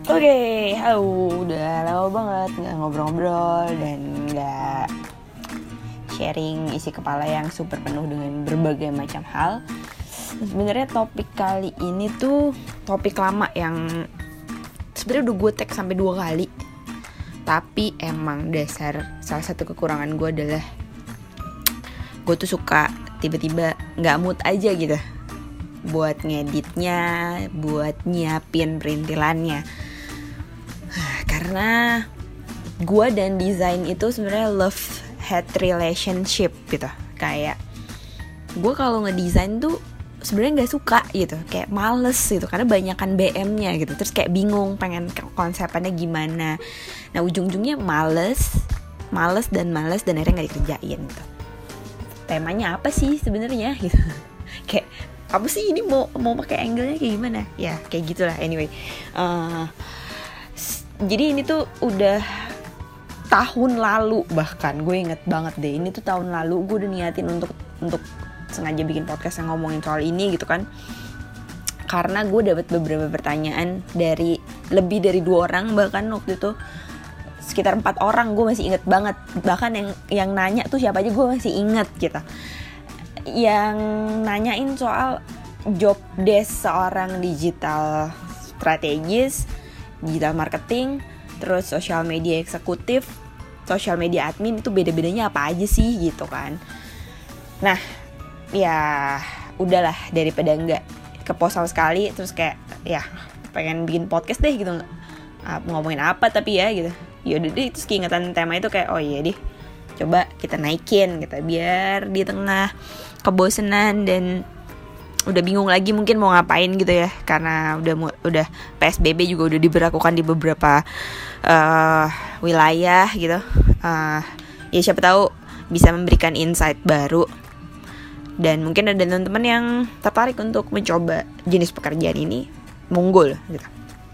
Oke, halo. Udah lama banget gak ngobrol-ngobrol dan gak sharing isi kepala yang super penuh dengan berbagai macam hal. Sebenarnya topik kali ini tuh topik lama yang sebenarnya udah gue tag sampai 2 kali. Tapi emang dasar salah satu kekurangan gue adalah gue tuh suka tiba-tiba gak mood aja gitu buat ngeditnya, buat nyiapin perintilannya. Karena gue dan desain itu sebenarnya love-hate relationship gitu. Kayak gue kalau ngedesain tuh sebenarnya nggak suka gitu, kayak males gitu karena banyakan BM-nya gitu. Terus kayak bingung pengen konsepannya gimana. Nah ujung-ujungnya males dan akhirnya nggak dikerjain gitu. Temanya apa sih sebenarnya gitu? Kayak apa sih ini mau pakai angle-nya kayak gimana? Ya kayak gitulah. Anyway. Jadi ini tuh udah tahun lalu, bahkan gue inget banget deh, ini tuh tahun lalu gue udah niatin untuk sengaja bikin podcast yang ngomongin soal ini gitu kan. Karena gue dapet beberapa pertanyaan dari lebih dari 2 orang, bahkan waktu itu sekitar 4 orang, gue masih inget banget. Bahkan yang nanya tuh siapa aja gue masih inget gitu. Yang nanyain soal job desk seorang digital strategis, digital marketing, terus social media eksekutif, social media admin, itu beda-bedanya apa aja sih gitu kan. Nah ya udahlah, daripada nggak kepost sama sekali terus kayak ya pengen bikin podcast deh gitu, ngomongin apa tapi ya gitu. Yaudah deh, terus keingetan tema itu kayak oh iya deh, coba kita naikin gitu biar di tengah kebosanan dan udah bingung lagi mungkin mau ngapain gitu ya, karena udah PSBB juga udah diberlakukan di beberapa wilayah gitu. Ya siapa tahu bisa memberikan insight baru dan mungkin ada teman-teman yang tertarik untuk mencoba jenis pekerjaan ini, monggo gitu.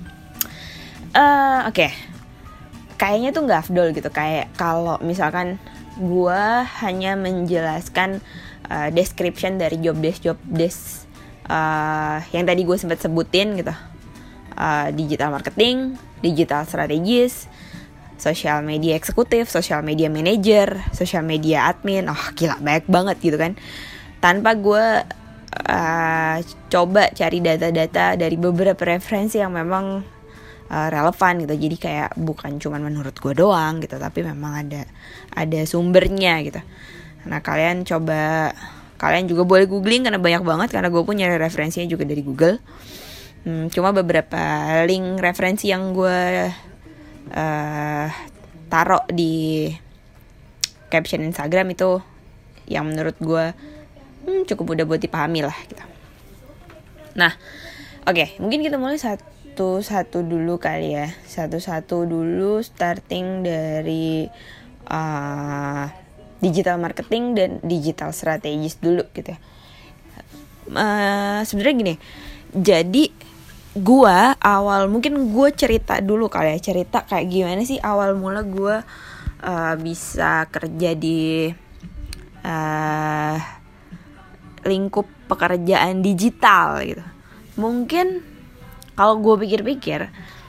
Oke. Kayaknya tuh nggak afdol gitu, kayak kalau misalkan gue hanya menjelaskan description dari job desk yang tadi gue sempat sebutin gitu, digital marketing, digital strategis, social media eksekutif, social media manager, social media admin. Gila banyak banget gitu kan, tanpa gue coba cari data-data dari beberapa referensi yang memang relevan gitu. Jadi kayak bukan cuma menurut gue doang gitu, tapi memang ada sumbernya gitu. Nah kalian juga boleh googling karena banyak banget, karena gue punya referensinya juga dari Google. Cuma beberapa link referensi yang gue taruh di caption Instagram itu yang menurut gue cukup mudah buat dipahami lah gitu. Nah oke, mungkin kita mulai satu-satu dulu kali ya. Satu-satu dulu, starting dari digital marketing dan digital strategis dulu gitu ya. Sebenarnya gini, jadi mungkin gue cerita dulu kali ya, cerita kayak gimana sih awal mula gue bisa kerja di lingkup pekerjaan digital gitu. Mungkin kalau gue pikir-pikir,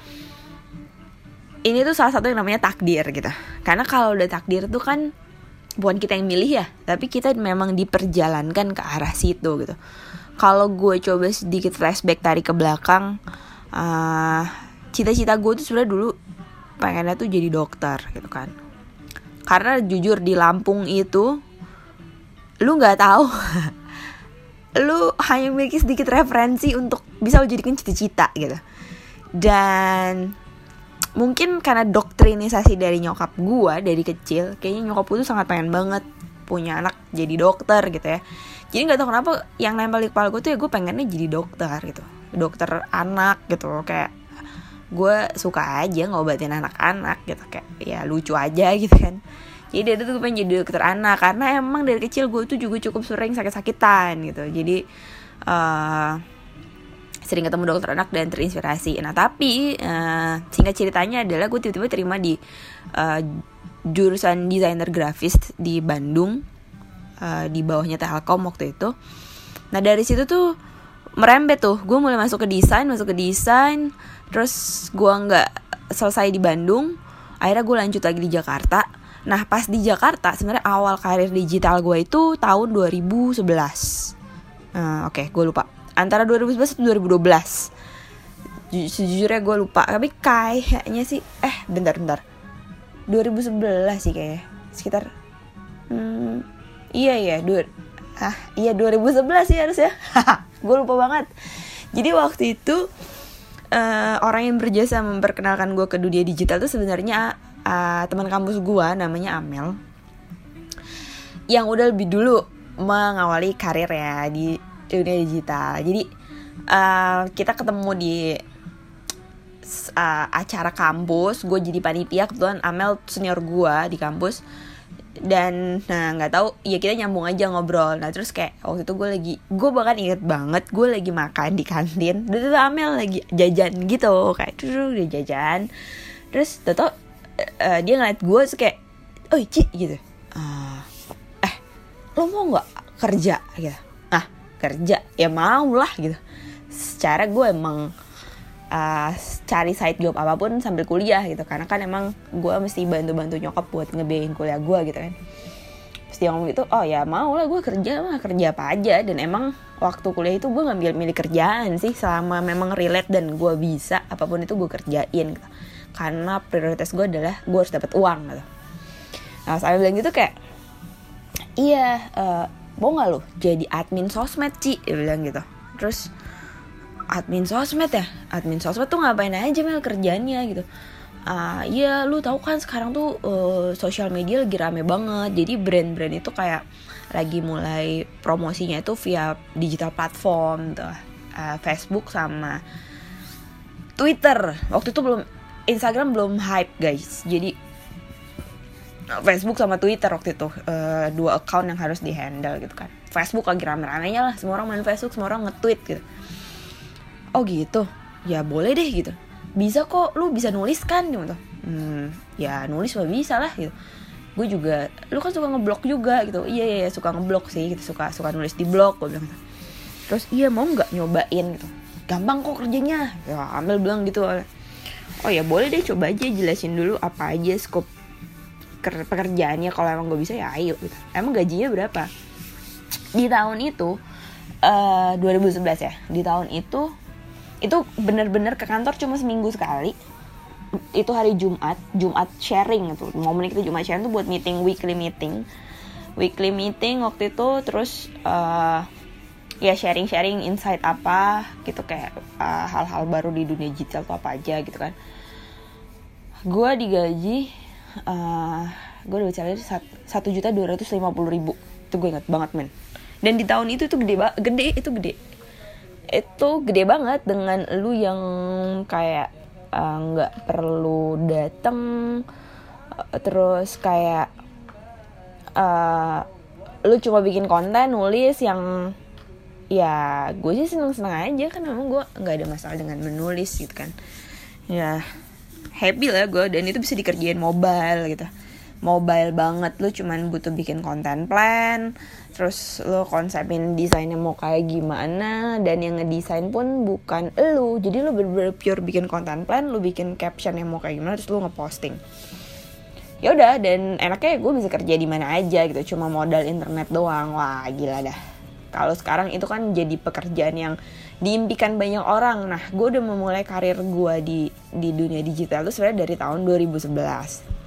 ini tuh salah satu yang namanya takdir gitu. Karena kalau udah takdir tuh kan bukan kita yang milih ya, tapi kita memang diperjalankan ke arah situ gitu. Kalau gue coba sedikit flashback tarik ke belakang, cita-cita gue tuh sebenarnya dulu pengennya tuh jadi dokter gitu kan. Karena jujur di Lampung itu lu nggak tahu lu hanya memiliki sedikit referensi untuk bisa lu jadikan cita-cita gitu. Dan mungkin karena doktrinisasi dari nyokap gue dari kecil, kayaknya nyokap gue tuh sangat pengen banget punya anak jadi dokter gitu ya. Jadi gak tahu kenapa yang nempel di kepala gue tuh ya gue pengennya jadi dokter gitu, dokter anak gitu. Kayak gue suka aja ngobatin anak-anak gitu, kayak ya lucu aja gitu kan. Jadi dari itu gue pengen jadi dokter anak, karena emang dari kecil gue tuh juga cukup sering sakit-sakitan gitu. Jadi sering ketemu dokter anak dan terinspirasi. Nah tapi singkat ceritanya adalah gue tiba-tiba terima di jurusan desainer grafis di Bandung, di bawahnya Telkom waktu itu. Nah dari situ tuh merembet tuh, gue mulai masuk ke desain, terus gue nggak selesai di Bandung, akhirnya gue lanjut lagi di Jakarta. Nah pas di Jakarta sebenarnya awal karir digital gue itu tahun 2011. Oke, gue lupa antara 2011 atau 2012. Sejujurnya gue lupa, tapi kayaknya sih bentar 2011 sih kayaknya, sekitar iya 2011 sih harusnya. Gue lupa banget. Jadi waktu itu orang yang berjasa memperkenalkan gue ke dunia digital tuh sebenarnya teman kampus gue namanya Amel, yang udah lebih dulu mengawali karir ya di dunia digital. Jadi kita ketemu di acara kampus, gue jadi panitia, kebetulan Amel senior gue di kampus. Dan nggak tahu ya, kita nyambung aja ngobrol. Nah terus kayak waktu itu gue bahkan inget banget, gue lagi makan di kantin, dan itu Amel lagi jajan gitu, kayak dia jajan. Terus tau dia ngeliat gue terus kayak, "Oi Ci," gitu, "lo mau nggak kerja?" gitu. Kerja ya mau lah gitu. Secara gue emang cari side job apapun sambil kuliah gitu, karena kan emang gue mesti bantu nyokap buat ngebiayain kuliah gue gitu kan. Terus dia ngomong gitu, "Oh ya mau lah gue kerja apa aja." Dan emang waktu kuliah itu gue ngambil milih kerjaan sih, selama memang relate dan gue bisa, apapun itu gue kerjain gitu. Karena prioritas gue adalah gue harus dapat uang gitu. Nah saya bilang gitu kayak, "Iya, mau gak lo jadi admin sosmed Ci?" Dia bilang gitu. Terus admin sosmed tuh ngapain aja Mel kerjanya gitu. Iya lu tahu kan sekarang tuh sosial media lagi rame banget. Jadi brand-brand itu kayak lagi mulai promosinya itu via digital platform tuh, Facebook sama Twitter. Waktu itu Instagram belum hype guys. Jadi Facebook sama Twitter waktu itu dua account yang harus dihandle gitu kan. Facebook lagi rame-ramenya lah, semua orang main Facebook, semua orang nge-tweet gitu. "Oh gitu, ya boleh deh gitu. Bisa kok, lu bisa nulis kan?" gitu. Ya nulis mah bisa lah gitu. Gue juga, "Lu kan suka ngeblog juga gitu." Iya suka ngeblog sih gitu, suka nulis di blog, gue bilang gitu. Terus iya mau nggak nyobain gitu, "Gampang kok kerjanya." Ya Amel bilang gitu. "Oh ya boleh deh, coba aja, jelasin dulu apa aja skop pekerjaannya, kalau emang gue bisa ya ayo gitu." Emang gajinya berapa? Di tahun itu 2011 ya. Di tahun itu benar-benar ke kantor cuma seminggu sekali. Itu hari Jumat sharing gitu. Momen kita Jumat sharing tuh buat weekly meeting waktu itu. Terus ya sharing insight apa gitu, kayak hal-hal baru di dunia digital tuh apa aja gitu kan. Gue digaji gue udah bicara 1.250.000. Itu gue ingat banget men. Dan di tahun itu gede banget, dengan lu yang kayak nggak perlu dateng, terus kayak lu cuma bikin konten, nulis yang ya gue sih seneng aja kan, memang gue nggak ada masalah dengan menulis gitu kan. Ya happy lah gue, dan itu bisa dikerjain mobile gitu. Mobile banget, lu cuman butuh bikin konten plan, terus lu konsepin desainnya mau kayak gimana, dan yang ngedesain pun bukan lu. Jadi lu bener-bener pure bikin konten plan, lu bikin caption yang mau kayak gimana, terus lu ngeposting. Ya udah, dan enaknya gue bisa kerja di mana aja gitu, cuma modal internet doang. Wah gila dah. Kalau sekarang itu kan jadi pekerjaan yang diimpikan banyak orang. Nah gue udah memulai karir gue di dunia digital itu sebenarnya dari tahun 2011.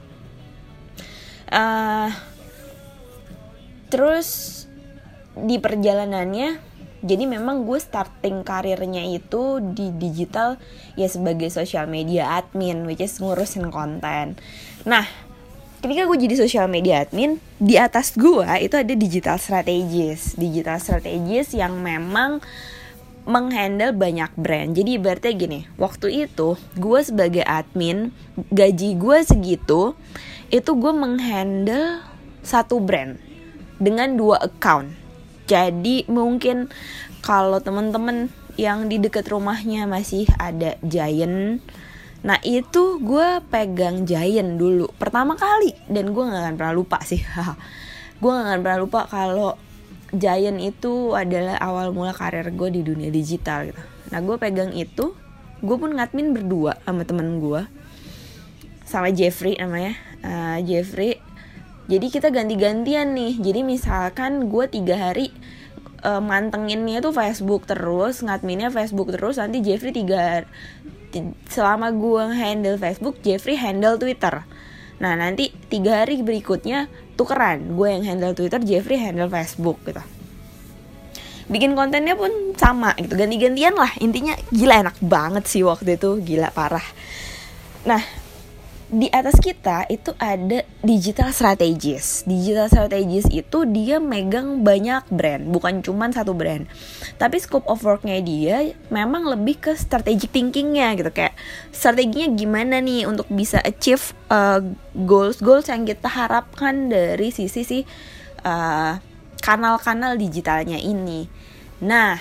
Terus di perjalanannya, jadi memang gue starting karirnya itu di digital ya sebagai social media admin, which is ngurusin konten. Nah ketika gue jadi social media admin, di atas gue itu ada digital strategist yang memang menghandle banyak brand. Jadi ibaratnya gini, waktu itu gue sebagai admin, gaji gue segitu, itu gue menghandle satu brand dengan 2 account. Jadi mungkin kalau temen-temen yang di dekat rumahnya masih ada Giant, nah itu gue pegang Giant dulu pertama kali, dan gue gak akan pernah lupa sih. Gue gak akan pernah lupa kalau Giant itu adalah awal mula karir gue di dunia digital gitu. Nah gue pegang itu, gue pun ngadmin berdua sama temen gue, sama Jeffrey namanya, Jeffrey. Jadi kita ganti-gantian nih. Jadi misalkan gue 3 hari mantenginnya tuh Facebook terus, ngadminnya Facebook terus. Nanti Jeffrey 3 hari, selama gue handle Facebook, Jeffrey handle Twitter. Nah nanti 3 hari berikutnya tukeran, gue yang handle Twitter, Jeffrey handle Facebook gitu. Bikin kontennya pun sama gitu, ganti-gantian lah. Intinya gila enak banget sih waktu itu, gila parah. Nah di atas kita itu ada digital strategist. Digital strategist itu dia megang banyak brand, bukan cuma satu brand. Tapi scope of worknya dia memang lebih ke strategic thinkingnya gitu. Kayak strateginya gimana nih untuk bisa achieve goals yang kita harapkan dari sisi kanal-kanal digitalnya ini. Nah,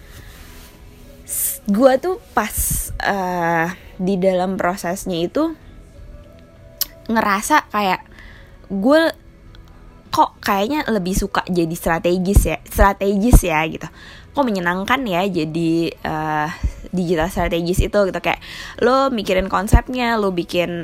gue tuh pas di dalam prosesnya itu ngerasa kayak gue kok kayaknya lebih suka jadi strategis ya gitu. Kok menyenangkan ya jadi digital strategis itu gitu. Kayak lo mikirin konsepnya, lo bikin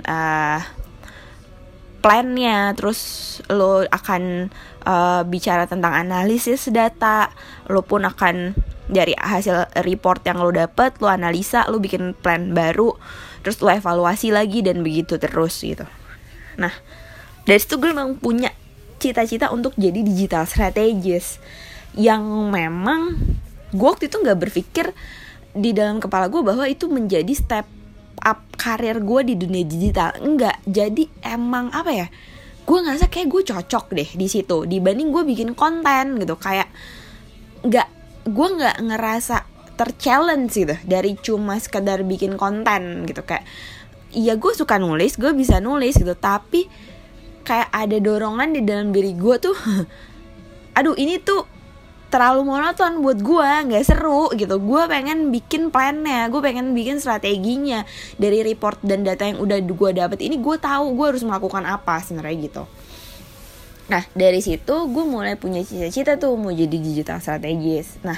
plannya, terus lo akan bicara tentang analisis data, lo pun akan dari hasil report yang lo dapet, lo analisa, lo bikin plan baru, terus lo evaluasi lagi dan begitu terus gitu. Nah dari situ gue memang punya cita-cita untuk jadi digital strategist, yang memang gue waktu itu gak berpikir di dalam kepala gue bahwa itu menjadi step up karir gue di dunia digital. Enggak, jadi emang apa ya, gue ngerasa kayak gue cocok deh di situ dibanding gue bikin konten gitu. Kayak gue nggak ngerasa terchallenge gitu dari cuma sekedar bikin konten gitu. Kayak iya gue suka nulis, gue bisa nulis gitu, tapi kayak ada dorongan di dalam diri gue tuh aduh ini tuh terlalu monoton buat gue, nggak seru gitu. Gue pengen bikin plannya, gue pengen bikin strateginya dari report dan data yang udah gue dapet ini. Gue tahu gue harus melakukan apa sebenarnya gitu. Nah dari situ gue mulai punya cita-cita tuh mau jadi digital strategist. Nah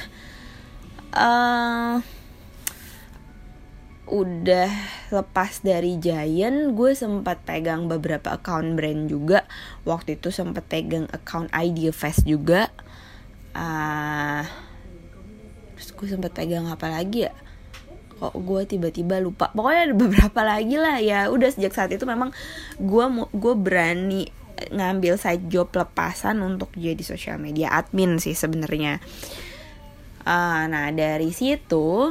udah lepas dari Giant, gue sempat pegang beberapa account brand juga. Waktu itu sempat pegang account Ideafest juga. Terus gue sempat pegang apa lagi ya? Kok gue tiba-tiba lupa. Pokoknya ada beberapa lagi lah ya. Udah sejak saat itu memang gue berani ngambil side job lepasan untuk jadi social media admin sih sebenarnya. Nah dari situ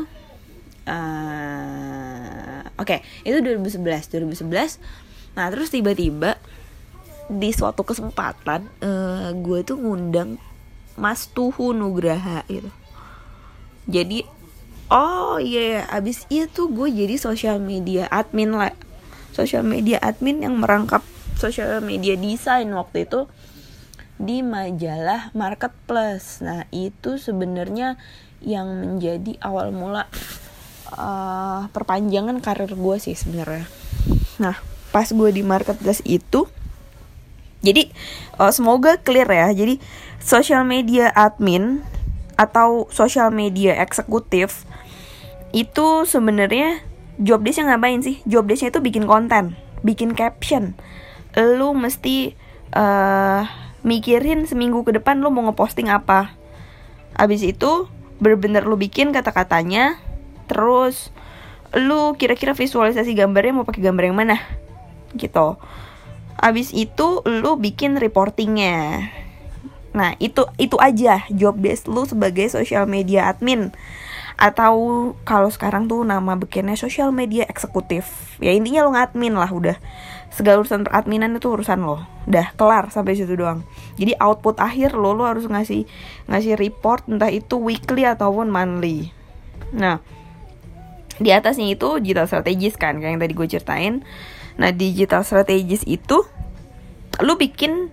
Oke, itu 2011. Nah terus tiba-tiba di suatu kesempatan gue tuh ngundang Mas Tuhu Nugraha gitu. Jadi abis itu gue jadi social media admin lah. Social media admin yang merangkap social media design waktu itu di majalah Marketplace. Nah itu sebenarnya yang menjadi awal mula perpanjangan karir gue sih sebenarnya. Nah pas gue di Marketplace itu, jadi semoga clear ya. Jadi social media admin atau social media eksekutif itu sebenarnya job desk-nya ngapain sih? Job desk-nya itu bikin konten, bikin caption. Lu mesti mikirin seminggu ke depan lu mau ngeposting apa. Abis itu bener-bener lu bikin kata-katanya. Terus lu kira-kira visualisasi gambarnya mau pakai gambar yang mana gitu. Abis itu lu bikin reportingnya. Nah itu aja job desk lu sebagai social media admin. Atau kalau sekarang tuh nama bekennya social media eksekutif. Ya intinya lu ngadmin lah udah. Segala urusan peradminan itu urusan lo. Udah kelar sampai situ doang. Jadi output akhir lo harus ngasih report, entah itu weekly ataupun monthly. Nah di atasnya itu digital strategist kan, kayak yang tadi gue ceritain. Nah digital strategist itu lu bikin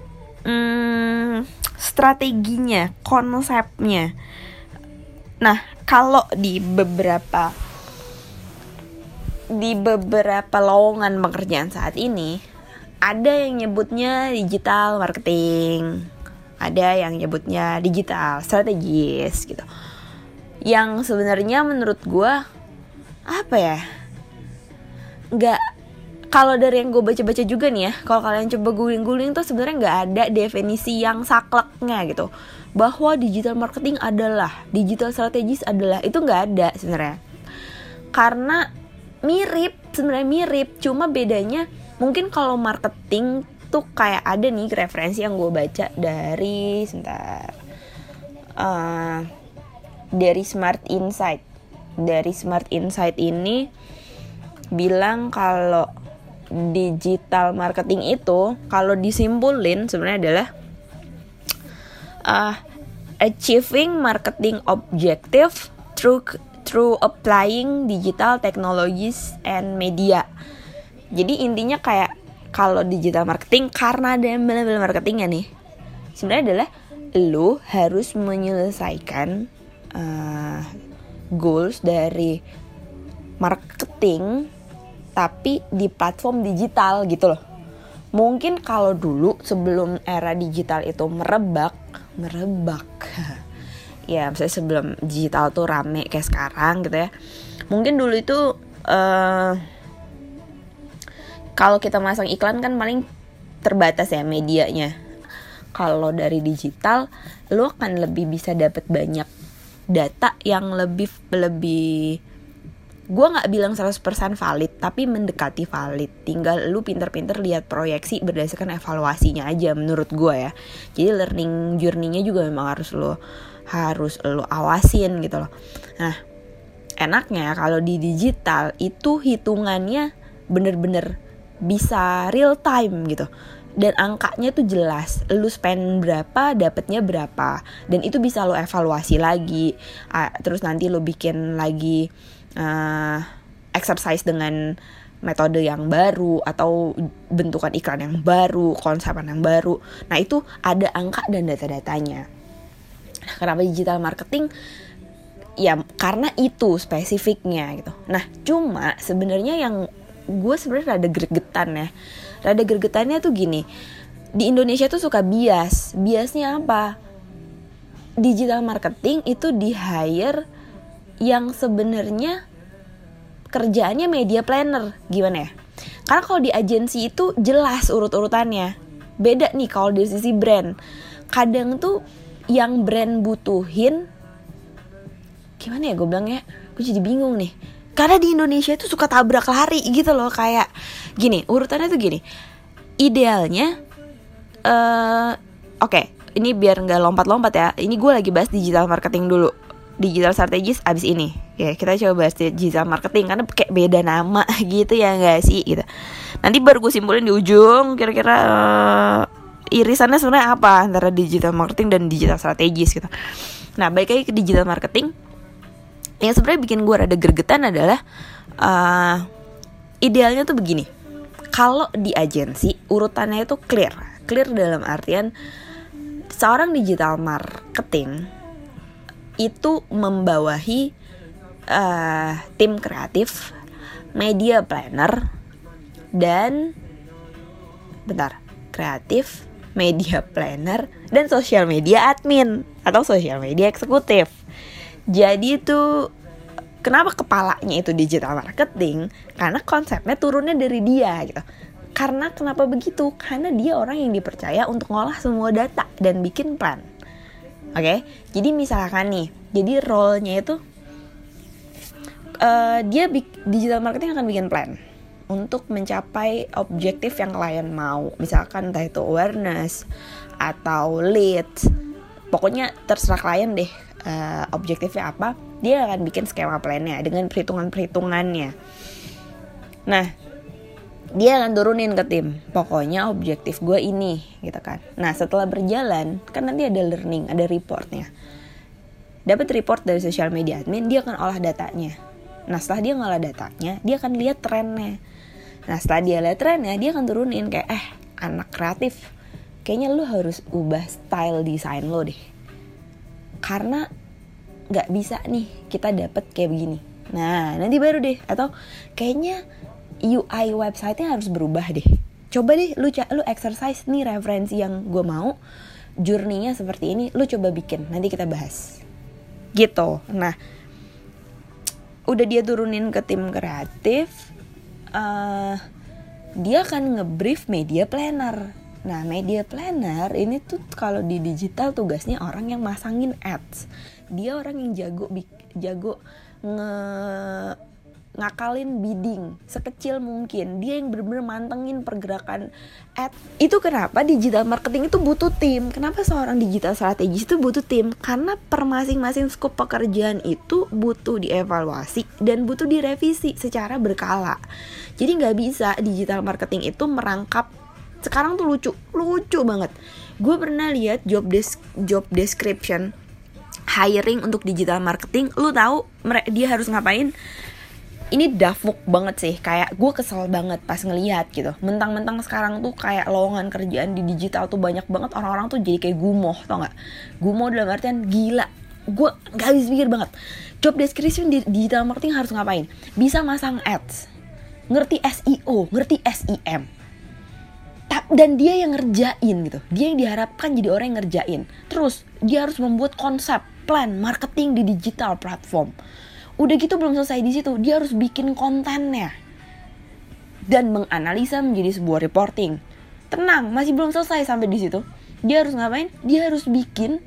strateginya, konsepnya. Nah kalau di beberapa lowongan pekerjaan saat ini ada yang nyebutnya digital marketing, ada yang nyebutnya digital strategis gitu. Yang sebenarnya menurut gue apa ya, nggak, kalau dari yang gue baca-baca juga nih ya, kalau kalian coba googling tuh sebenarnya nggak ada definisi yang sakleknya gitu, bahwa digital marketing adalah, digital strategis adalah, itu nggak ada sebenarnya. Karena sebenarnya mirip, cuma bedanya mungkin kalau marketing tuh kayak ada nih referensi yang gue baca dari dari Smart Insight. Dari Smart Insight ini bilang kalau digital marketing itu kalau disimpulin sebenarnya adalah achieving marketing objective through applying digital technologies and media. Jadi intinya kayak kalau digital marketing, karena ada yang benar-benar marketingnya nih, sebenarnya adalah lo harus menyelesaikan goals dari marketing tapi di platform digital gitu loh. Mungkin kalau dulu sebelum era digital itu merebak ya misalnya sebelum digital tuh rame kayak sekarang gitu ya, mungkin dulu itu kalau kita masang iklan kan paling terbatas ya medianya. Kalau dari digital lo akan lebih bisa dapat banyak data yang lebih gue gak bilang 100% valid, tapi mendekati valid. Tinggal lu pinter-pinter lihat proyeksi berdasarkan evaluasinya aja menurut gue ya. Jadi learning journey-nya juga memang harus lo awasin gitu loh. Nah, enaknya kalau di digital itu hitungannya bener-bener bisa real time gitu. Dan angkanya tuh jelas, lu spend berapa, dapetnya berapa. Dan itu bisa lo evaluasi lagi. Terus nanti lo bikin lagi exercise dengan metode yang baru atau bentukan iklan yang baru, konsepan yang baru. Nah itu ada angka dan data-datanya. Kenapa digital marketing? Ya karena itu spesifiknya gitu. Nah cuma sebenarnya yang gue sebenarnya rada gregetan ya. Rada gregetannya tuh gini, di Indonesia tuh suka biasnya apa? Digital marketing itu di hire yang sebenarnya kerjaannya media planner, gimana ya? Karena kalau di agensi itu jelas urut-urutannya. Beda nih kalau dari sisi brand. Kadang tuh yang brand butuhin, gimana ya gue bilangnya? Gue jadi bingung nih. Karena di Indonesia itu suka tabrak lari gitu loh, kayak gini, urutannya tuh gini. Idealnya, oke, ini biar nggak lompat-lompat ya. Ini gue lagi bahas digital marketing dulu. Digital strategis abis ini ya, kita coba bahas digital marketing karena kayak beda nama gitu ya nggak sih gitu. Nanti baru gue simpulin di ujung kira-kira irisannya sebenarnya apa antara digital marketing dan digital strategis gitu. Nah balik lagi ke digital marketing, yang sebenarnya bikin gue rada gregetan adalah idealnya tuh begini. Kalau di agensi urutannya itu clear dalam artian seorang digital marketing itu membawahi tim kreatif, media planner, dan kreatif, media planner, dan social media admin atau social media eksekutif. Jadi itu kenapa kepalanya itu digital marketing? Karena konsepnya turunnya dari dia gitu. Karena kenapa begitu? Karena dia orang yang dipercaya untuk ngolah semua data dan bikin plan. Oke, jadi misalkan nih, jadi role-nya itu dia digital marketing akan bikin plan untuk mencapai objektif yang klien mau. Misalkan entah itu awareness atau leads, pokoknya terserah klien deh objektifnya apa. Dia akan bikin skema plannya dengan perhitungan-perhitungannya. Nah, dia akan turunin ke tim, pokoknya objektif gue ini gitu kan. Nah setelah berjalan kan nanti ada learning, ada reportnya. Dapat report dari social media admin, dia akan olah datanya. Nah setelah dia ngolah datanya, dia akan lihat trennya. Nah setelah dia lihat trennya, dia akan turunin kayak anak kreatif, kayaknya lu harus ubah style desain lo deh, karena nggak bisa nih kita dapat kayak begini. Nah nanti baru deh, atau kayaknya UI website-nya harus berubah deh. Coba deh lu exercise nih referensi yang gue mau journey-nya seperti ini, lu coba bikin, nanti kita bahas gitu. Nah udah dia turunin ke tim kreatif, dia akan ngebrief media planner. Nah media planner ini tuh kalau di digital tugasnya orang yang masangin ads. Dia orang yang jago ngakalin bidding sekecil mungkin. Dia yang bener-bener mantengin pergerakan ad. Itu kenapa digital marketing itu butuh tim. Kenapa seorang digital strategis itu butuh tim? Karena per masing-masing skop pekerjaan itu butuh dievaluasi dan butuh direvisi secara berkala. Jadi gak bisa digital marketing itu merangkap. Sekarang tuh lucu banget. Gue pernah lihat job description hiring untuk digital marketing. Lu tahu dia harus ngapain? Ini dafuk banget sih, kayak gue kesel banget pas ngelihat gitu. Mentang-mentang sekarang tuh kayak lowongan kerjaan di digital tuh banyak banget, orang-orang tuh jadi kayak gumoh, tau gak? Gumoh dalam artian gila. Gue gak habis pikir banget. Job description di digital marketing harus ngapain? Bisa masang ads, ngerti SEO, ngerti SEM. Dan dia yang ngerjain gitu. Dia yang diharapkan jadi orang yang ngerjain. Terus dia harus membuat konsep, plan, marketing di digital platform. Udah gitu belum selesai di situ, dia harus bikin kontennya dan menganalisa menjadi sebuah reporting. Tenang, masih belum selesai sampai di situ. Dia harus ngapain? Dia harus bikin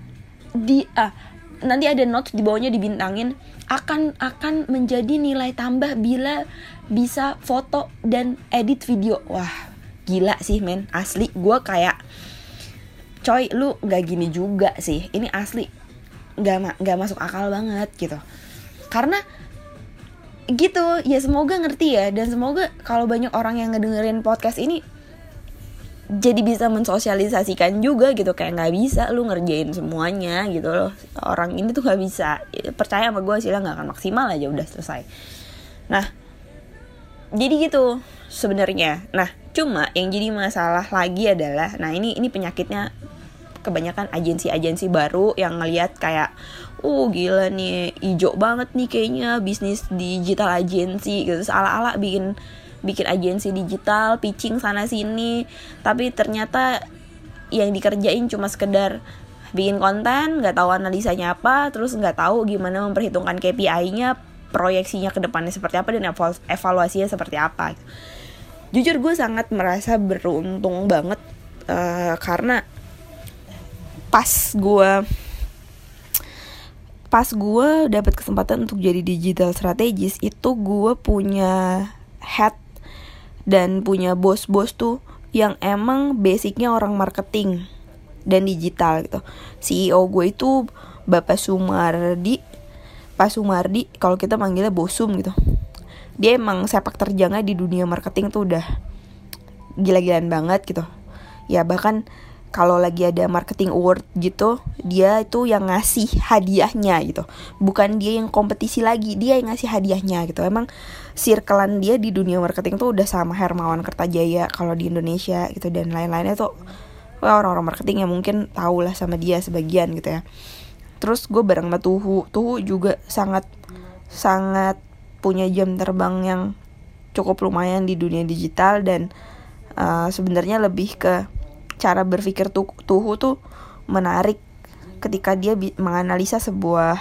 nanti ada notes di bawahnya dibintangin akan menjadi nilai tambah bila bisa foto dan edit video. Wah, gila sih men, asli gue kayak coy, lu nggak gini juga sih. Ini asli nggak masuk akal banget gitu. Karena gitu ya, semoga ngerti ya. Dan semoga kalau banyak orang yang ngedengerin podcast ini jadi bisa mensosialisasikan juga gitu. Kayak gak bisa lu ngerjain semuanya gitu loh. Orang ini tuh gak bisa. Percaya sama gue, Sila gak akan maksimal aja udah selesai. Nah jadi gitu sebenarnya. Nah cuma yang jadi masalah lagi adalah, nah ini penyakitnya kebanyakan agensi-agensi baru yang ngelihat kayak gila nih, ijo banget nih kayaknya bisnis digital agensi gitu. Ala-ala bikin agensi digital, pitching sana sini, tapi ternyata yang dikerjain cuma sekedar bikin konten, nggak tahu analisanya apa, terus nggak tahu gimana memperhitungkan KPI-nya, proyeksinya ke depannya seperti apa, dan evaluasinya seperti apa. Jujur gue sangat merasa beruntung banget karena pas gue dapat kesempatan untuk jadi digital strategis itu, gue punya head dan punya bos-bos tuh yang emang basicnya orang marketing dan digital gitu. CEO gue itu Pak Sumardi, kalau kita manggilnya Bosum gitu. Dia emang sepak terjangnya di dunia marketing tuh udah gila-gilaan banget gitu. Ya bahkan kalau lagi ada marketing award gitu, dia itu yang ngasih hadiahnya gitu. Bukan dia yang kompetisi lagi, dia yang ngasih hadiahnya gitu. Emang circlean dia di dunia marketing tuh udah sama Hermawan Kertajaya kalau di Indonesia gitu, dan lain-lainnya tuh orang-orang marketing yang mungkin tahu lah sama dia sebagian gitu ya. Terus gue bareng sama Tuhu juga sangat punya jam terbang yang cukup lumayan di dunia digital, dan sebenarnya lebih ke cara berpikir Tuhu tuh menarik ketika dia menganalisa sebuah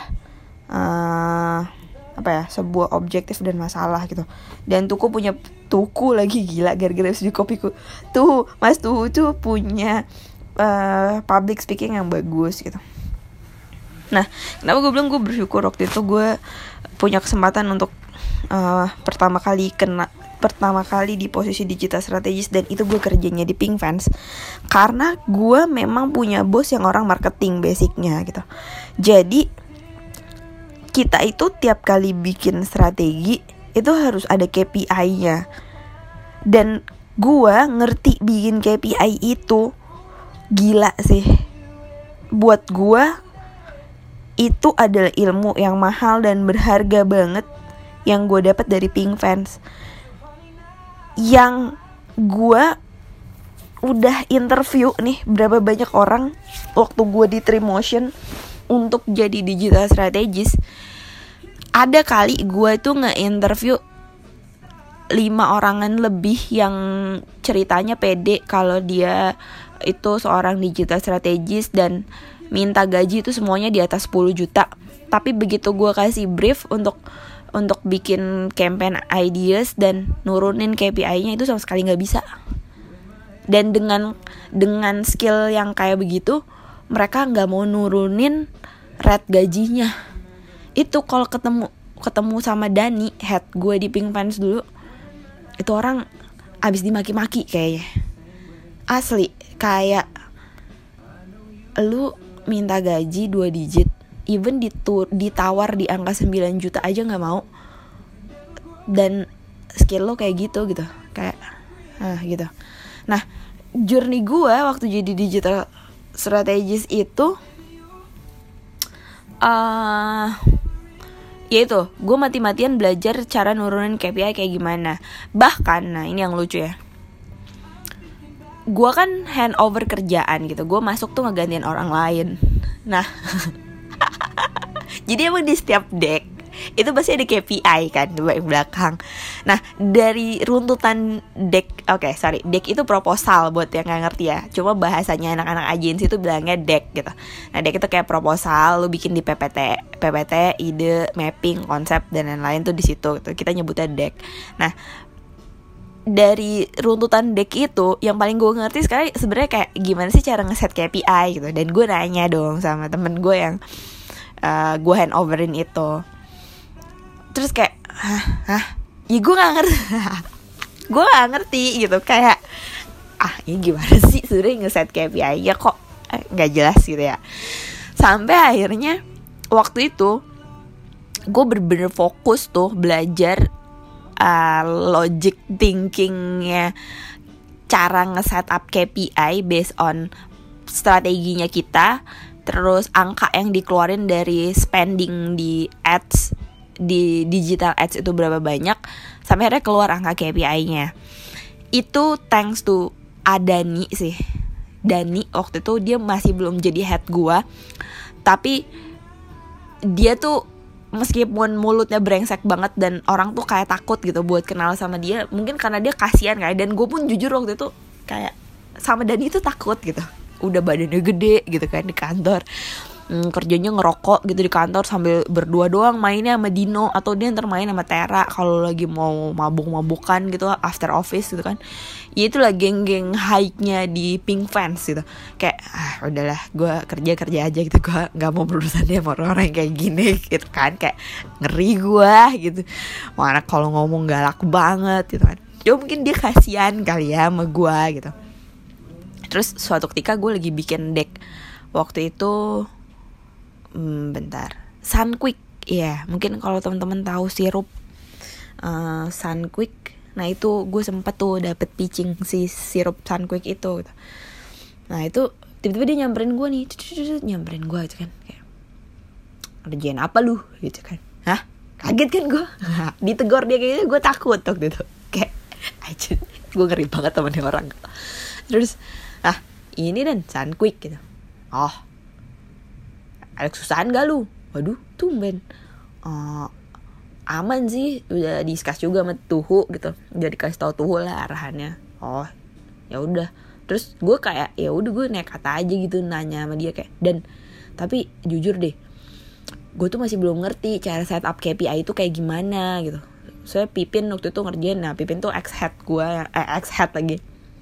sebuah objektif dan masalah gitu. Dan Tuku lagi gila gara-gara di kopiku. Mas Tuhu tuh punya public speaking yang bagus gitu. Nah, kenapa gue bilang gue bersyukur waktu itu gue punya kesempatan untuk pertama kali di posisi digital strategis, dan itu gue kerjanya di Pinkfans. Karena gue memang punya bos yang orang marketing basicnya gitu. Jadi kita itu tiap kali bikin strategi itu harus ada KPI-nya. Dan gue ngerti bikin KPI itu gila sih. Buat gue itu adalah ilmu yang mahal dan berharga banget yang gue dapat dari Pinkfans. Yang gue udah interview nih berapa banyak orang waktu gue di Trimotion untuk jadi digital strategis. Ada kali gue tuh nge-interview 5 orangan lebih yang ceritanya pede kalau dia itu seorang digital strategist dan minta gaji itu semuanya di atas 10 juta. Tapi begitu gue kasih brief untuk bikin campaign ideas dan nurunin KPI-nya itu sama sekali nggak bisa. Dan dengan skill yang kayak begitu, mereka nggak mau nurunin rate gajinya. Itu kalau ketemu sama Dani, head gue di Pink Pants dulu, itu orang abis dimaki-maki kayaknya. Asli, kayak lu minta gaji 2 digit, even ditawar di angka 9 juta aja gak mau. Dan skill lo kayak gitu. Kayak gitu. Nah, journey gue waktu jadi digital strategist itu yaitu gue mati-matian belajar cara nurunin KPI kayak gimana. Bahkan, nah ini yang lucu ya, gue kan handover kerjaan gitu, gue masuk tuh ngegantiin orang lain. Nah jadi emang di setiap deck itu pasti ada KPI kan di belakang. Nah dari runtutan deck, deck itu proposal buat yang nggak ngerti ya. Cuma bahasanya anak-anak agensi itu bilangnya deck gitu. Nah deck itu kayak proposal, lu bikin di PPT, ide, mapping, konsep dan lain-lain tuh di situ. Gitu. Kita nyebutnya deck. Nah dari runtutan deck itu yang paling gue ngerti sekarang sebenarnya kayak gimana sih cara ngeset KPI gitu. Dan gue nanya dong sama temen gue yang gue handoverin itu. Terus kayak ya gue gak ngerti gue gak ngerti gitu. Kayak ini gimana sih sebenarnya ngeset KPI ya, kok gak jelas gitu ya. Sampai akhirnya waktu itu gue bener-bener fokus tuh belajar logic thinkingnya, cara nge-setup KPI based on strateginya kita, terus angka yang dikeluarin dari spending di ads, di digital ads itu berapa banyak, sampai akhirnya keluar angka KPI-nya. Itu thanks to Adani sih. Dani waktu itu dia masih belum jadi head gua, tapi dia tuh meskipun mulutnya brengsek banget dan orang tuh kayak takut gitu buat kenal sama dia, mungkin karena dia kasihan kayak. Dan gue pun jujur waktu itu kayak sama Dani itu takut gitu. Udah badannya gede gitu kan di kantor, kerjanya ngerokok gitu di kantor sambil berdua doang mainnya sama Dino, atau dia ntar main sama Tera kalau lagi mau mabuk-mabukan gitu after office gitu kan. Ya itulah geng-geng high-nya di Pink Fans gitu. Kayak udahlah gue kerja aja gitu, gue nggak mau berurusan dia sama orang kayak gini gitu kan. Kayak ngeri gue gitu, mana kalau ngomong galak banget gitu kan. Cuma mungkin dia kasihan kali ya sama gue gitu. Terus suatu ketika gue lagi bikin deck waktu itu, Sunquick ya, mungkin kalau teman-teman tahu sirup Sunquick. Nah itu gue sempet tuh dapet pitching si sirup Sunquick itu gitu. Nah itu tiba-tiba dia nyamperin gue nih, nyamperin gue gitu kan, kayak kerjaan apa lu gitu kan. Kaget kan gue. Ditegor dia kayaknya gue takut waktu itu. Kayak aja gue ngeri banget sama dia orang. Terus ini dan Sunquick gitu. Ada kesusahan gak lu? Waduh, tumben. Aman sih, udah discuss juga sama Tuhu gitu. Udah dikasih tahu Tuhu lah arahannya. Ya udah. Terus gue kayak ya udah gue nekat aja gitu nanya sama dia kayak. Dan tapi jujur deh, gue tuh masih belum ngerti cara setup KPI itu kayak gimana gitu. Soalnya Pipin waktu itu ngerjain. Nah Pipin tuh ex-head gue, ex-head lagi,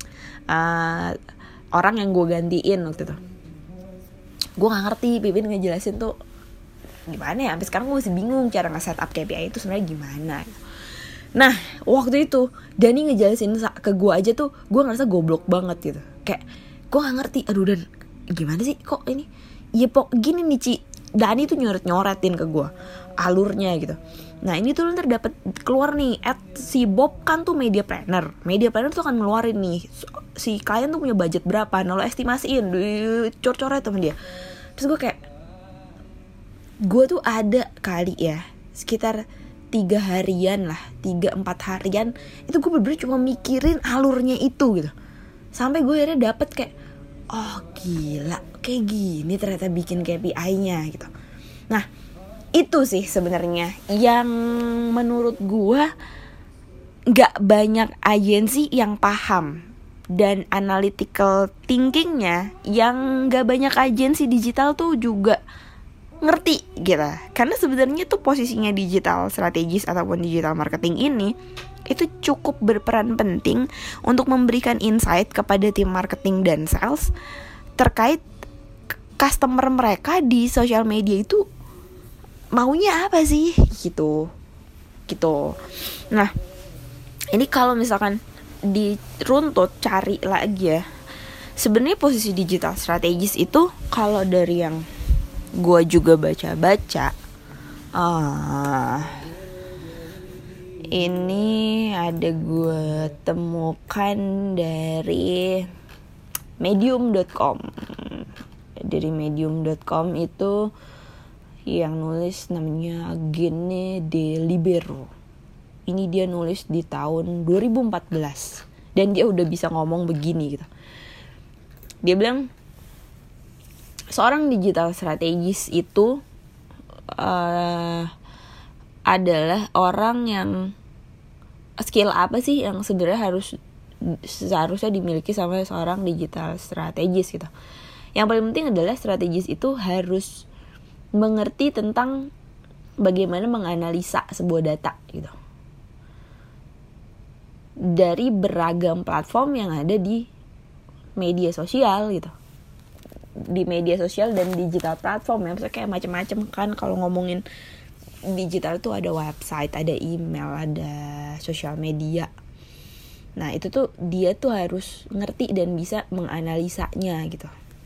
orang yang gue gantiin waktu itu. Gue gak ngerti Pipin ngejelasin tuh gimana ya. Sampai sekarang gue masih bingung cara nge-setup KPI itu sebenarnya gimana. Nah waktu itu Dani ngejelasin ke gue aja tuh gue ngerasa goblok banget gitu. Kayak gue gak ngerti. Aduh Dan gimana sih kok ini. Ya gini nih Ci, Dani tuh nyoret-nyoretin ke gue alurnya gitu. Nah ini tuh ntar dapet keluar nih si Bob kan tuh media planner. Media planner tuh akan ngeluarin nih si klien tuh punya budget berapa. Nah lo estimasiin, cor-coret sama dia. Terus gue kayak, gue tuh ada kali ya sekitar 3 harian lah, 3-4 harian itu gue bener-bener cuma mikirin alurnya itu gitu. Sampai gue akhirnya dapet kayak, gila, kayak gini ternyata bikin KPI-nya gitu. Nah itu sih sebenarnya yang menurut gue nggak banyak agensi yang paham, dan analytical thinkingnya yang nggak banyak agensi digital tuh juga ngerti gitu. Karena sebenarnya tuh posisinya digital strategis ataupun digital marketing ini itu cukup berperan penting untuk memberikan insight kepada tim marketing dan sales terkait customer mereka di sosial media itu maunya apa sih gitu. Nah, ini kalau misalkan diruntut cari lagi ya, sebenarnya posisi digital strategis itu kalau dari yang gue juga baca-baca, ini ada gue temukan dari medium.com. Dari medium.com itu yang nulis namanya Gene de Libero. Ini dia nulis di tahun 2014 dan dia udah bisa ngomong begini gitu. Dia bilang seorang digital strategis itu adalah orang yang skill apa sih yang sebenarnya seharusnya dimiliki sama seorang digital strategis gitu. Yang paling penting adalah strategis itu harus mengerti tentang bagaimana menganalisa sebuah data gitu dari beragam platform yang ada di media sosial gitu. Di media sosial dan digital platform ya, misalnya kayak macam-macam kan. Kalau ngomongin digital tuh ada website, ada email, ada sosial media. Nah itu tuh dia tuh harus ngerti dan bisa menganalisanya gitu.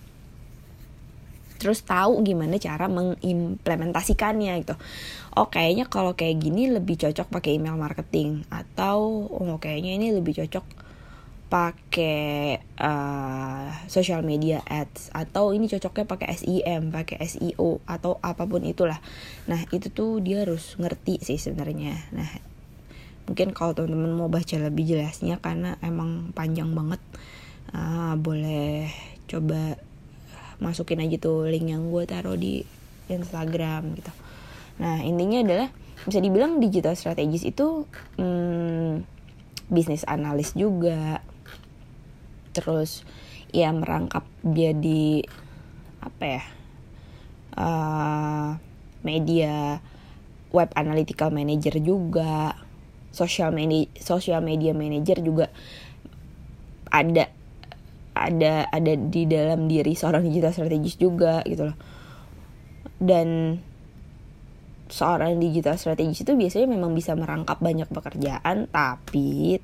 Terus tahu gimana cara mengimplementasikannya gitu. Oh kayaknya kalau kayak gini lebih cocok pakai email marketing, atau kayaknya ini lebih cocok pakai social media ads, atau ini cocoknya pakai SEM, pakai SEO atau apapun itulah. Nah itu tuh dia harus ngerti sih sebenarnya. Nah mungkin kalau teman-teman mau baca lebih jelasnya karena emang panjang banget, boleh coba masukin aja tuh link yang gue taruh di Instagram gitu. Nah intinya adalah bisa dibilang digital strategis itu bisnis analis juga. Terus ya merangkap jadi media web analytical manager juga, social media manager juga ada di dalam diri seorang digital strategis juga gitu loh. Dan seorang digital strategis itu biasanya memang bisa merangkap banyak pekerjaan, tapi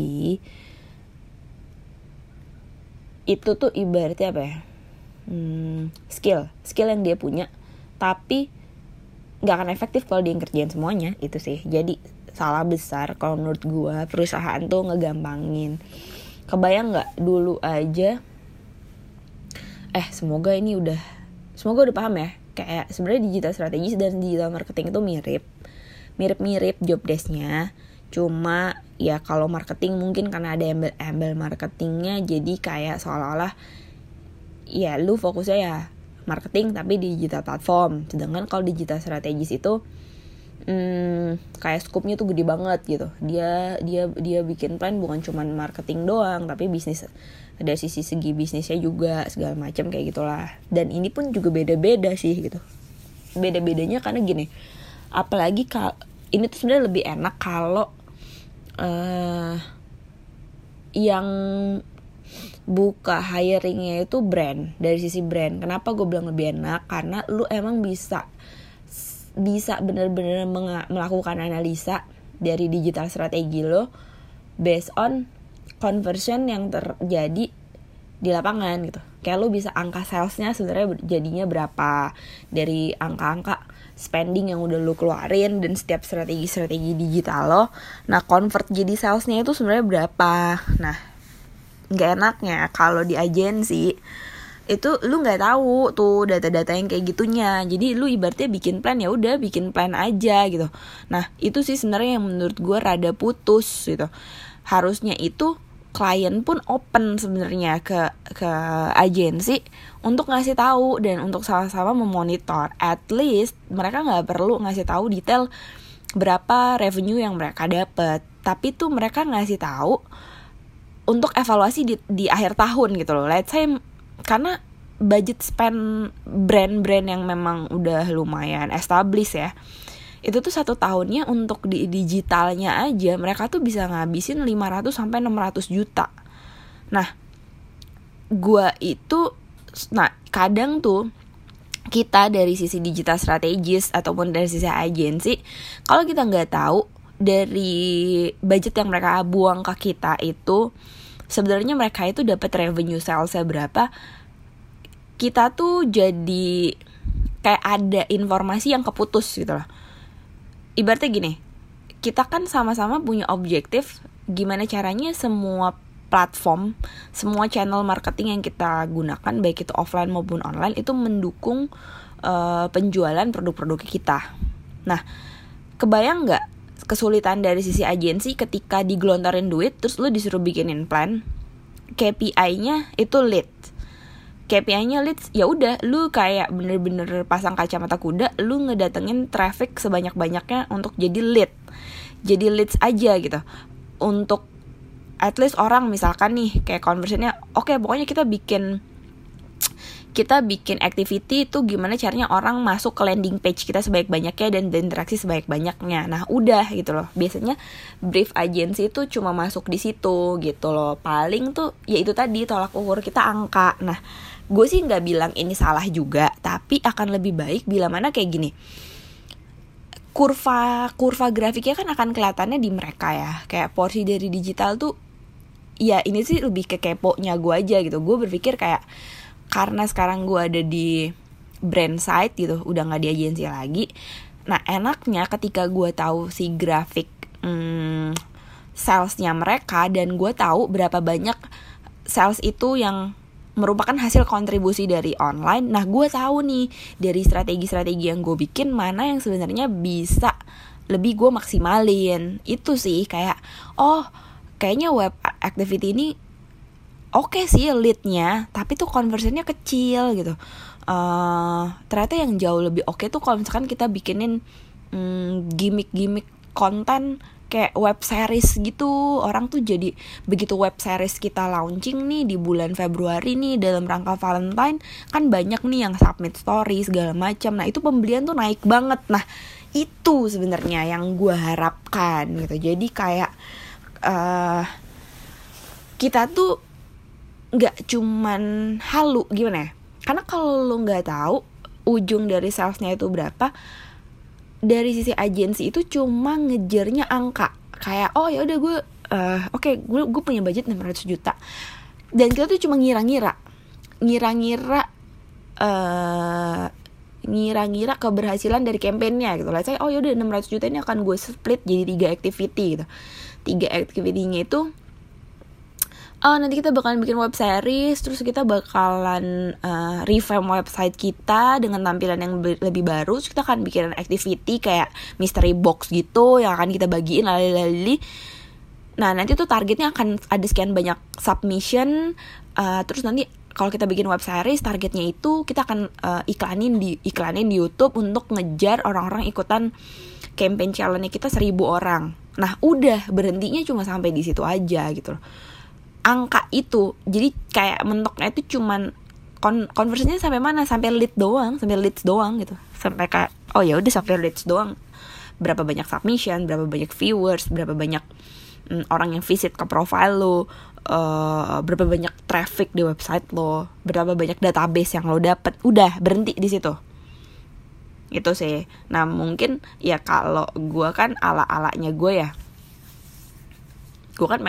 itu tuh ibaratnya apa ya, skill yang dia punya, tapi nggak akan efektif kalau dia ngerjain semuanya itu sih. Jadi salah besar kalau menurut gue perusahaan tuh ngegampangin. Kebayang nggak dulu aja, semoga udah paham ya, kayak sebenarnya digital strategis dan digital marketing itu mirip job desk-nya. Cuma ya kalau marketing mungkin karena ada embel marketingnya, jadi kayak seolah-olah ya lu fokusnya ya marketing tapi di digital platform. Sedangkan kalau digital strategis itu kayak scope-nya tuh gede banget gitu. Dia bikin plan bukan cuma marketing doang, tapi bisnis, ada segi bisnisnya juga, segala macam kayak gitulah. Dan ini pun juga beda-beda sih gitu. Beda-bedanya karena gini, apalagi ini tuh sebenarnya lebih enak kalau yang buka hiringnya itu brand, dari sisi brand. Kenapa gue bilang lebih enak? Karena lu emang bisa benar-benar melakukan analisa dari digital strategi lo based on conversion yang terjadi di lapangan gitu. Kayak lo bisa angka salesnya sebenarnya jadinya berapa dari angka-angka spending yang udah lo keluarin dan setiap strategi digital lo. Nah convert jadi salesnya itu sebenarnya berapa. Nah nggak enaknya kalau di agensi itu lu nggak tahu tuh data-data yang kayak gitunya. Jadi lu ibaratnya bikin plan, ya udah bikin plan aja gitu. Nah itu sih sebenarnya yang menurut gue rada putus gitu. Harusnya itu klien pun open sebenarnya ke agensi untuk ngasih tahu dan untuk sama-sama memonitor. At least mereka nggak perlu ngasih tahu detail berapa revenue yang mereka dapat. tapi tuh mereka ngasih tahu untuk evaluasi di akhir tahun gitu loh. Let's say karena budget spend brand-brand yang memang udah lumayan established ya, itu tuh 1 tahunnya untuk di digitalnya aja mereka tuh bisa ngabisin 500 sampai 600 juta. Nah, kadang tuh kita dari sisi digital strategis ataupun dari sisi agensi, kalau kita nggak tahu dari budget yang mereka buang ke kita itu sebenarnya mereka itu dapat revenue salesnya berapa, kita tuh jadi kayak ada informasi yang keputus gitu loh. Ibaratnya gini, kita kan sama-sama punya objektif gimana caranya semua platform, semua channel marketing yang kita gunakan, baik itu offline maupun online, itu mendukung penjualan produk-produk kita. Nah, kebayang nggak kesulitan dari sisi agensi ketika digelontorin duit, terus lu disuruh bikinin plan, KPI-nya itu lead. KPI-nya leads, ya udah lu kayak bener-bener pasang kacamata kuda, lu ngedatengin traffic sebanyak-banyaknya untuk jadi leads aja gitu. Untuk at least orang misalkan nih kayak conversionnya, oke, pokoknya kita bikin activity itu gimana caranya orang masuk ke landing page kita sebaik-banyaknya dan berinteraksi sebaik-banyaknya. Nah udah gitu loh, biasanya brief agency itu cuma masuk di situ gitu loh. Paling tuh ya itu tadi, tolak ukur kita angka. Nah gue sih nggak bilang ini salah juga, tapi akan lebih baik bila mana kayak gini, kurva grafiknya kan akan kelihatannya di mereka ya, kayak porsi dari digital tuh ya ini sih lebih ke keponya gue aja gitu. Gue berpikir kayak karena sekarang gue ada di brand side gitu, udah nggak di agensi lagi. Nah enaknya ketika gue tahu si grafik salesnya mereka, dan gue tahu berapa banyak sales itu yang merupakan hasil kontribusi dari online. Nah gue tahu nih dari strategi-strategi yang gue bikin mana yang sebenarnya bisa lebih gue maksimalin. Itu sih kayak kayaknya web activity ini oke sih leadnya, tapi tuh conversionnya kecil gitu. Ternyata yang jauh lebih oke tuh kalau misalkan kita bikinin gimmick konten kayak web series gitu. Orang tuh jadi begitu web series kita launching nih di bulan Februari nih dalam rangka Valentine, kan banyak nih yang submit story segala macam. Nah itu pembelian tuh naik banget. Nah itu sebenarnya yang gue harapkan gitu. Jadi kayak kita tuh nggak cuman halu gimana ya, karena kalau lo nggak tahu ujung dari salesnya itu berapa, dari sisi agensi itu cuma ngejarnya angka kayak ya udah gue gue punya budget 600 juta, dan kita tuh cuma ngira-ngira keberhasilan dari kampanyenya gitu lah. Saya ya udah 600 juta ini akan gue split jadi 3 activity gitu. 3 activity-nya itu nanti kita bakalan bikin web series, terus kita bakalan revamp website kita dengan tampilan yang lebih baru. Terus kita akan bikin activity kayak mystery box gitu yang akan kita bagiin lali-lali. Nah nanti tuh targetnya akan ada sekian banyak submission. Terus nanti kalau kita bikin web series, targetnya itu kita akan iklanin di YouTube untuk ngejar orang-orang ikutan campaign challenge kita 1,000 orang. Nah udah berhentinya cuma sampai di situ aja gitu loh. Angka itu jadi kayak mentoknya itu cuman conversinya sampai mana, sampai leads doang gitu, sampai kayak ya udah sampai leads doang. Berapa banyak submission, berapa banyak viewers, berapa banyak orang yang visit ke profile lo, berapa banyak traffic di website lo, berapa banyak database yang lo dapet, udah berhenti di situ. Itu sih. Nah mungkin ya kalau gue kan ala-alanya gue ya, gue kan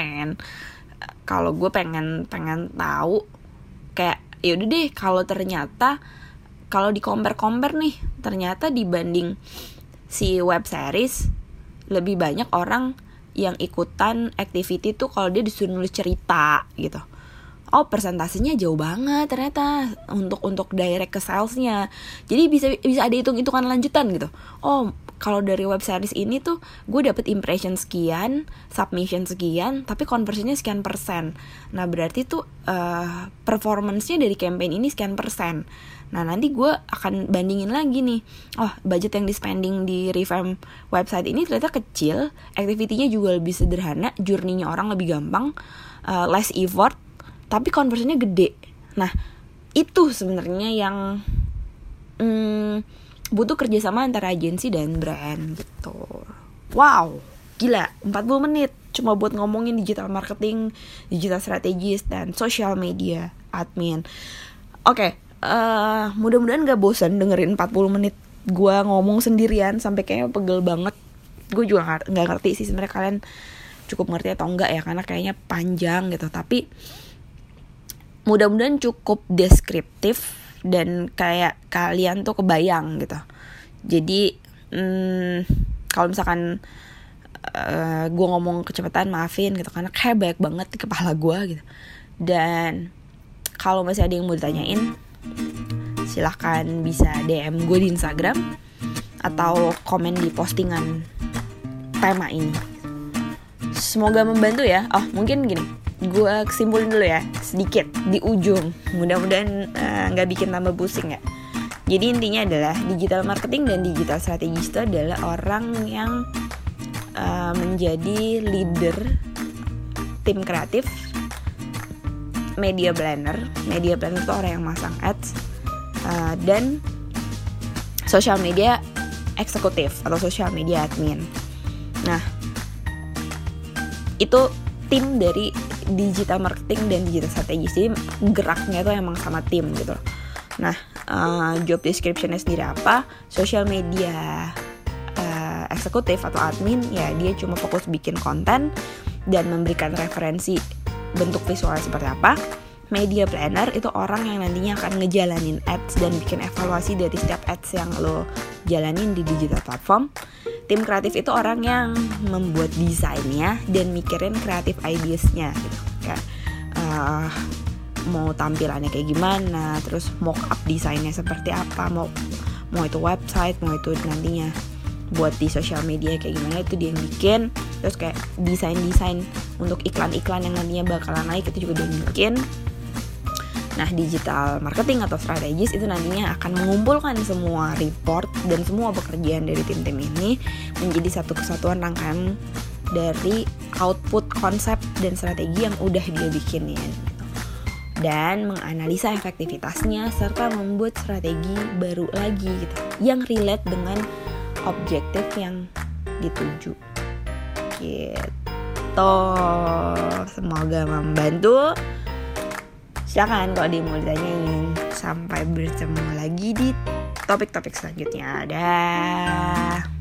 pengen tahu kayak yaudah deh, kalau ternyata kalau di compare nih, ternyata dibanding si web series lebih banyak orang yang ikutan activity tuh kalau dia disuruh nulis cerita gitu. Persentasenya jauh banget ternyata untuk direct ke salesnya. Jadi bisa ada hitung-hitungan lanjutan gitu. kalau dari web series ini tuh gue dapet impression sekian, submission sekian, tapi conversinya sekian persen. Nah berarti tuh performance-nya dari campaign ini sekian persen. Nah nanti gue akan bandingin lagi nih, oh budget yang di spending di revamp website ini ternyata kecil, activity-nya juga lebih sederhana, journey-nya orang lebih gampang, less effort, tapi conversinya gede. Nah itu sebenarnya yang butuh kerjasama antara agensi dan brand gitu. Wow, gila, 40 menit cuma buat ngomongin digital marketing, digital strategis, dan social media admin. Oke, mudah-mudahan gak bosan dengerin 40 menit gue ngomong sendirian sampai kayaknya pegel banget. Gue juga gak ngerti sih sebenarnya kalian cukup ngerti atau enggak ya, karena kayaknya panjang gitu. Tapi mudah-mudahan cukup deskriptif dan kayak kalian tuh kebayang gitu. Jadi kalau misalkan gue ngomong kecepatan maafin gitu, karena kayak banyak banget di kepala gue gitu. Dan kalau masih ada yang mau ditanyain, silahkan bisa DM gue di Instagram atau komen di postingan tema ini. Semoga membantu ya. Oh mungkin gini, gue kesimpulin dulu ya sedikit di ujung, mudah-mudahan gak bikin tambah pusing ya. Jadi intinya adalah digital marketing dan digital strategis itu adalah orang yang menjadi leader tim kreatif, media planner itu orang yang masang ads, dan social media eksekutif atau social media admin. Nah itu tim dari digital marketing dan digital strategis. Jadi geraknya itu emang sama tim gitu. Nah job description-nya sendiri apa? Social media eksekutif atau admin, ya dia cuma fokus bikin konten dan memberikan referensi bentuk visualnya seperti apa. Media planner itu orang yang nantinya akan ngejalanin ads dan bikin evaluasi dari setiap ads yang lo jalanin di digital platform. Tim kreatif itu orang yang membuat desainnya dan mikirin kreatif ideas-nya gitu. Kayak mau tampilannya kayak gimana, terus mock up desainnya seperti apa, mau itu website, mau itu nantinya buat di sosial media kayak gimana, itu dia yang bikin. Terus kayak desain untuk iklan-iklan yang nantinya bakalan naik, itu juga dia yang bikin. Nah digital marketing atau strategis itu nantinya akan mengumpulkan semua report dan semua pekerjaan dari tim-tim ini menjadi satu kesatuan rangkaian dari output konsep dan strategi yang udah dia bikinin gitu. Dan menganalisa efektivitasnya serta membuat strategi baru lagi gitu yang relate dengan objektif yang dituju gitu. Semoga membantu. Silakan kalau dia mau ditanyain. Sampai bertemu lagi di topik-topik selanjutnya. Dah.